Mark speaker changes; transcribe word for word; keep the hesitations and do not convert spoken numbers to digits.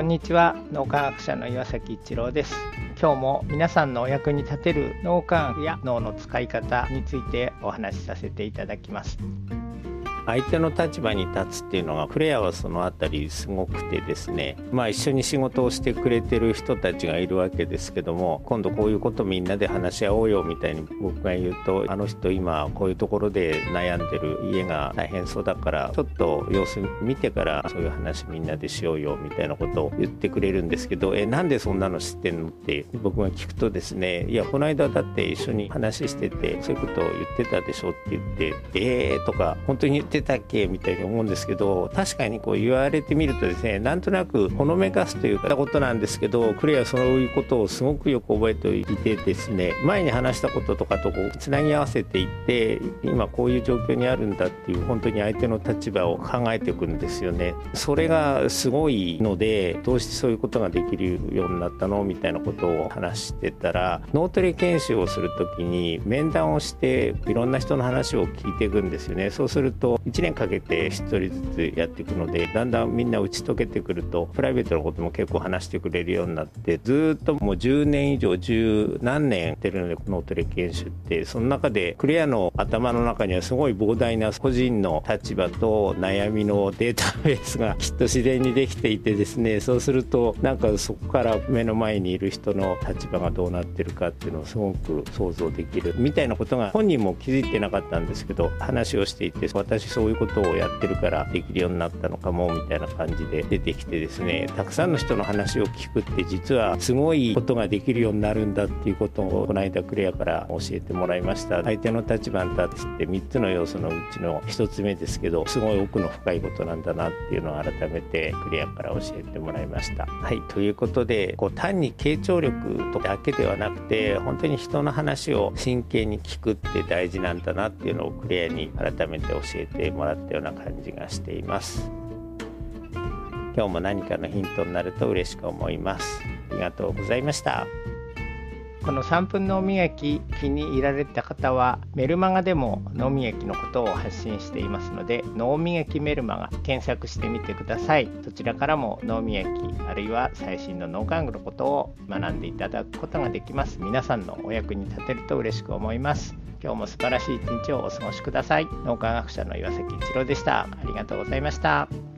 Speaker 1: こんにちは。脳科学者の岩崎一郎です。今日も皆さんのお役に立てる脳科学や脳の使い方についてお話しさせていただきます。
Speaker 2: 相手の立場に立つっていうのがクレアはそのあたりすごくてですね、まあ一緒に仕事をしてくれてる人たちがいるわけですけども、今度こういうことみんなで話し合おうよみたいに僕が言うと、あの人今こういうところで悩んでる、家が大変そうだからちょっと様子見てからそういう話みんなでしようよみたいなことを言ってくれるんですけど、えなんでそんなの知ってんのって僕が聞くとですね、いやこの間だって一緒に話しててそういうことを言ってたでしょって言って、えーとか本当に言ってたっけみたいに思うんですけど、確かにこう言われてみるとですね、なんとなくほのめかすというかことなんですけど、クレアはそういうことをすごくよく覚えていてですね、前に話したこととかとこうつなぎ合わせていって、今こういう状況にあるんだっていう本当に相手の立場を考えていくんですよね。それがすごいので、どうしてそういうことができるようになったのみたいなことを話してたら、脳トレ研修をするときに面談をしていろんな人の話を聞いていくんですよね。そうするといちねんかけてひとりずつやっていくので、だんだんみんな打ち解けてくるとプライベートのことも結構話してくれるようになって、ずっともうじゅうねん以上十何年やってるので、脳トレ研修って、その中でクレアの頭の中にはすごい膨大な個人の立場と悩みのデータベースがきっと自然にできていてですね、そうするとなんかそこから目の前にいる人の立場がどうなってるかっていうのをすごく想像できるみたいなことが、本人も気づいてなかったんですけど話をしていて、私そういうことをやってるからできるようになったのかもみたいな感じで出てきてですね、たくさんの人の話を聞くって実はすごいことができるようになるんだっていうことをこの間クレアから教えてもらいました。相手の立場に立つってみっつの要素のうちのひとつめですけど、すごい奥の深いことなんだなっていうのを改めてクレアから教えてもらいました。はい、ということでこう単に傾聴力とかだけではなくて、本当に人の話を真剣に聞くって大事なんだなっていうのをクレアに改めて教えてもらったような感じがしています。今日も何かのヒントになると嬉しく思います。ありがとうございました。
Speaker 1: このさんぷん脳磨き気に入られた方は、メルマガでも脳磨きのことを発信していますので、脳磨きメルマガ検索してみてください。そちらからも脳磨きあるいは最新の脳科学のことを学んでいただくことができます。皆さんのお役に立てると嬉しく思います。今日も素晴らしい一日をお過ごしください。脳科学者の岩崎一郎でした。ありがとうございました。